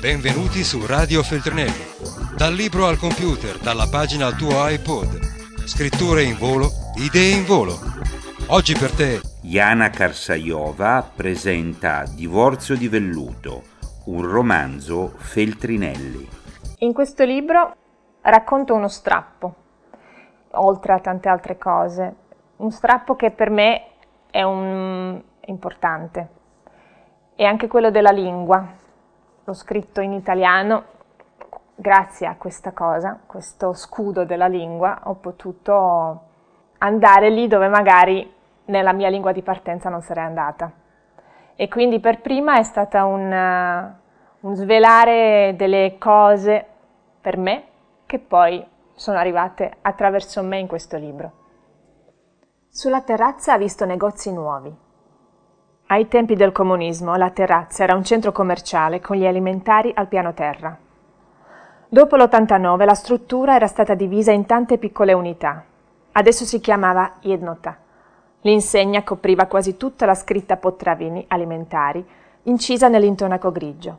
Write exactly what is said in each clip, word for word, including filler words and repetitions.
Benvenuti su Radio Feltrinelli. Dal libro al computer, dalla pagina al tuo iPod. Scritture in volo, idee in volo. Oggi per te Jana Karsajova presenta Divorzio di velluto, un romanzo Feltrinelli. In questo libro racconto uno strappo, oltre a tante altre cose. Un strappo che per me è un... importante. E anche quello della lingua. L'ho scritto in italiano, grazie a questa cosa, questo scudo della lingua, ho potuto andare lì dove magari nella mia lingua di partenza non sarei andata. E quindi per prima è stata un, un svelare delle cose per me che poi sono arrivate attraverso me in questo libro. Sulla terrazza ha visto negozi nuovi. Ai tempi del comunismo la terrazza era un centro commerciale con gli alimentari al piano terra. Dopo l'ottantanove la struttura era stata divisa in tante piccole unità. Adesso si chiamava Jednota. L'insegna copriva quasi tutta la scritta Potravini alimentari, incisa nell'intonaco grigio.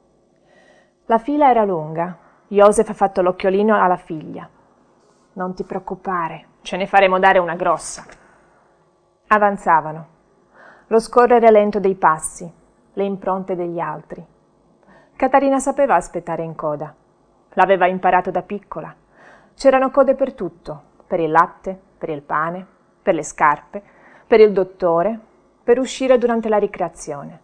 La fila era lunga. Josef ha fatto l'occhiolino alla figlia. «Non ti preoccupare, ce ne faremo dare una grossa». Avanzavano. Lo scorrere lento dei passi, le impronte degli altri. Catarina sapeva aspettare in coda. L'aveva imparato da piccola. C'erano code per tutto, per il latte, per il pane, per le scarpe, per il dottore, per uscire durante la ricreazione.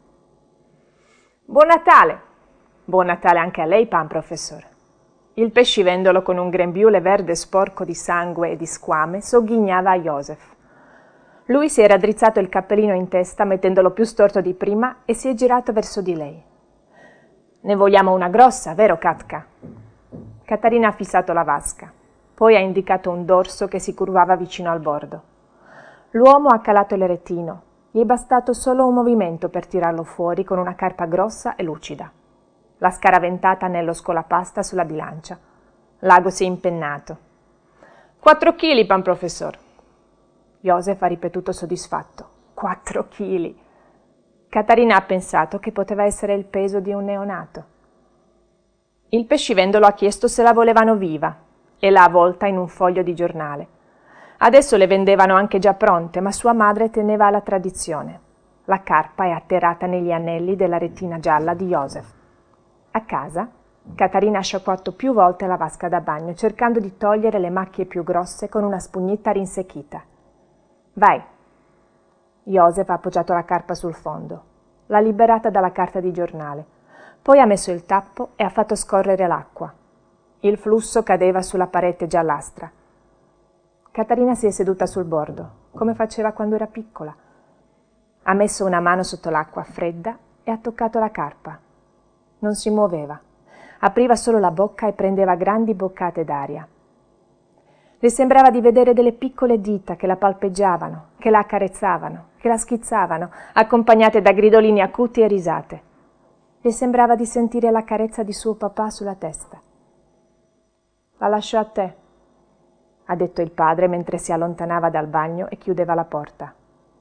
«Buon Natale!» «Buon Natale anche a lei, pan professore!» Il pescivendolo con un grembiule verde sporco di sangue e di squame sogghignava a Josef. Lui si era drizzato il cappellino in testa mettendolo più storto di prima e si è girato verso di lei. «Ne vogliamo una grossa, vero Katka?» Catarina ha fissato la vasca, poi ha indicato un dorso che si curvava vicino al bordo. L'uomo ha calato il retino, gli è bastato solo un movimento per tirarlo fuori con una carpa grossa e lucida. L'ha scaraventata nello scolapasta sulla bilancia. L'ago si è impennato. «Quattro chili, pan professor!» Josef ha ripetuto soddisfatto. Quattro chili. Catarina ha pensato che poteva essere il peso di un neonato. Il pescivendolo ha chiesto se la volevano viva e l'ha avvolta in un foglio di giornale. Adesso le vendevano anche già pronte, ma sua madre teneva alla tradizione. La carpa è atterrata negli anelli della retina gialla di Josef. A casa, Catarina ha sciacquato più volte la vasca da bagno, cercando di togliere le macchie più grosse con una spugnetta rinsecchita. «Vai!» Josef ha appoggiato la carpa sul fondo, l'ha liberata dalla carta di giornale, poi ha messo il tappo e ha fatto scorrere l'acqua. Il flusso cadeva sulla parete giallastra. Catarina si è seduta sul bordo, come faceva quando era piccola. Ha messo una mano sotto l'acqua fredda e ha toccato la carpa. Non si muoveva, apriva solo la bocca e prendeva grandi boccate d'aria. Le sembrava di vedere delle piccole dita che la palpeggiavano, che la accarezzavano, che la schizzavano, accompagnate da gridolini acuti e risate. Le sembrava di sentire la carezza di suo papà sulla testa. «La lascio a te», ha detto il padre mentre si allontanava dal bagno e chiudeva la porta.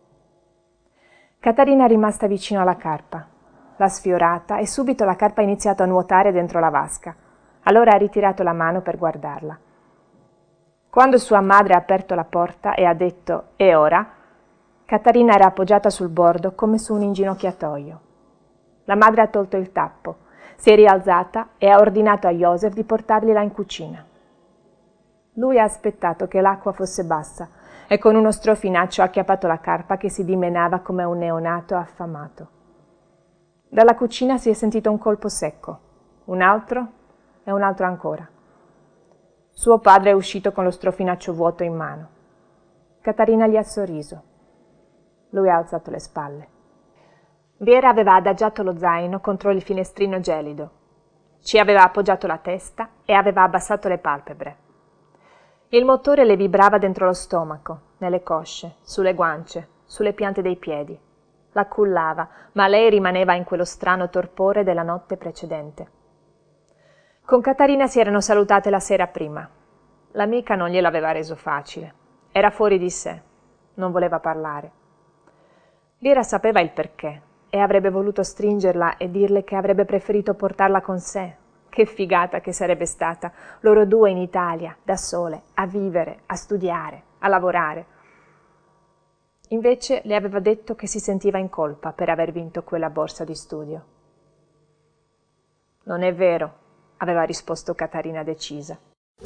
Catarina è rimasta vicino alla carpa. L'ha sfiorata e subito la carpa ha iniziato a nuotare dentro la vasca. Allora ha ritirato la mano per guardarla. Quando sua madre ha aperto la porta e ha detto «E ora?», Catarina era appoggiata sul bordo come su un inginocchiatoio. La madre ha tolto il tappo, si è rialzata e ha ordinato a Josef di portargliela in cucina. Lui ha aspettato che l'acqua fosse bassa e con uno strofinaccio ha acchiappato la carpa che si dimenava come un neonato affamato. Dalla cucina si è sentito un colpo secco, un altro e un altro ancora. Suo padre è uscito con lo strofinaccio vuoto in mano. Catarina gli ha sorriso. Lui ha alzato le spalle. Viera aveva adagiato lo zaino contro il finestrino gelido. Ci aveva appoggiato la testa e aveva abbassato le palpebre. Il motore le vibrava dentro lo stomaco, nelle cosce, sulle guance, sulle piante dei piedi. La cullava, ma lei rimaneva in quello strano torpore della notte precedente. Con Catarina si erano salutate la sera prima. L'amica non gliel'aveva reso facile. Era fuori di sé. Non voleva parlare. Viera sapeva il perché. e avrebbe voluto stringerla e dirle che avrebbe preferito portarla con sé. Che figata che sarebbe stata, loro due in Italia, da sole, a vivere, a studiare, a lavorare. Invece le aveva detto che si sentiva in colpa per aver vinto quella borsa di studio. Non è vero, aveva risposto Catarina decisa.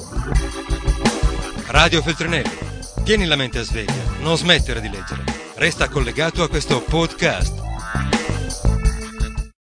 Radio Feltrinelli, tieni la mente a sveglia, non smettere di leggere. Resta collegato a questo podcast.